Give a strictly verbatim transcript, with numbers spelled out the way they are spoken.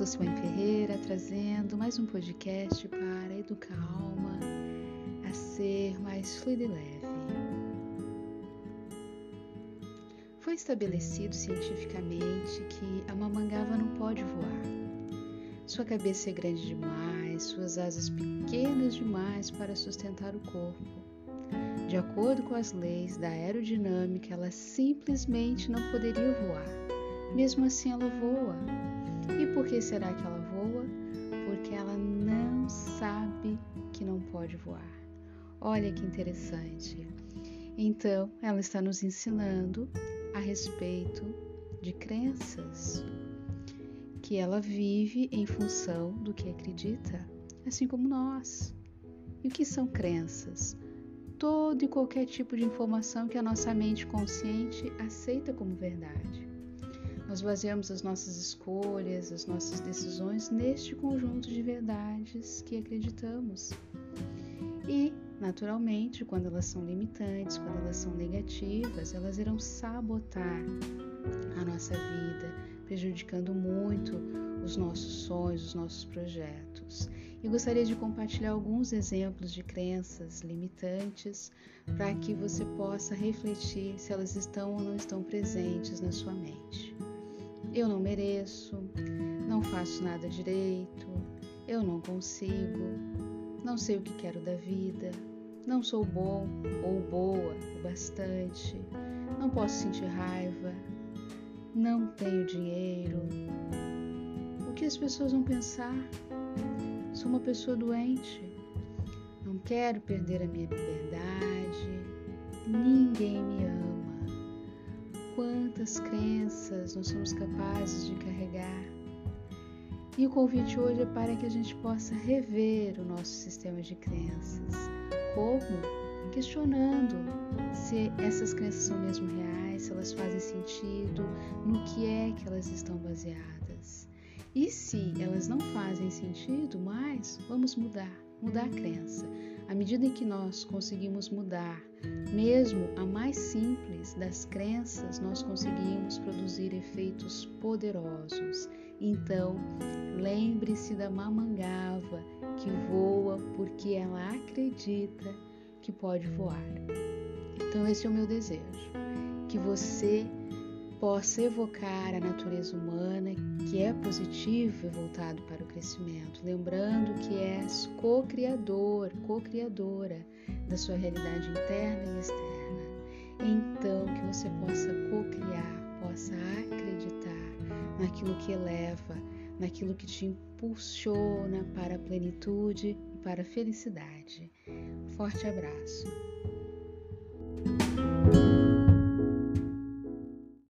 sou Simone Ferreira, trazendo mais um podcast para educar a alma a ser mais fluida e leve. Foi estabelecido cientificamente que a mamangava não pode voar. Sua cabeça é grande demais, suas asas pequenas demais para sustentar o corpo. De acordo com as leis da aerodinâmica, ela simplesmente não poderia voar. Mesmo assim, ela voa. E por que será que ela voa? Porque ela não sabe que não pode voar. Olha que interessante. Então, ela está nos ensinando a respeito de crenças, que ela vive em função do que acredita, assim como nós. E o que são crenças? Todo e qualquer tipo de informação que a nossa mente consciente aceita como verdade. Nós baseamos as nossas escolhas, as nossas decisões neste conjunto de verdades que acreditamos. E, naturalmente, quando elas são limitantes, quando elas são negativas, elas irão sabotar a nossa vida, prejudicando muito os nossos sonhos, os nossos projetos. E gostaria de compartilhar alguns exemplos de crenças limitantes para que você possa refletir se elas estão ou não estão presentes na sua mente. Eu não mereço, não faço nada direito, eu não consigo, não sei o que quero da vida, não sou bom ou boa o bastante, não posso sentir raiva, não tenho dinheiro. O que as pessoas vão pensar? Sou uma pessoa doente, não quero perder a minha liberdade, ninguém me ama. Quantas crenças nós somos capazes de carregar? E o convite hoje é para que a gente possa rever o nosso sistema de crenças. Como? Questionando se essas crenças são mesmo reais, se elas fazem sentido, no que é que elas estão baseadas. E se elas não fazem sentido, mas vamos mudar, mudar a crença. À medida em que nós conseguimos mudar, mesmo a mais simples das crenças, nós conseguimos produzir efeitos poderosos. Então, lembre-se da mamangava que voa porque ela acredita que pode voar. Então, esse é o meu desejo, que você possa evocar a natureza humana, que é positivo e voltado para o crescimento, lembrando que és co-criador, co-criadora da sua realidade interna e externa. Então, que você possa co-criar, possa acreditar naquilo que eleva, naquilo que te impulsiona para a plenitude e para a felicidade. Forte abraço.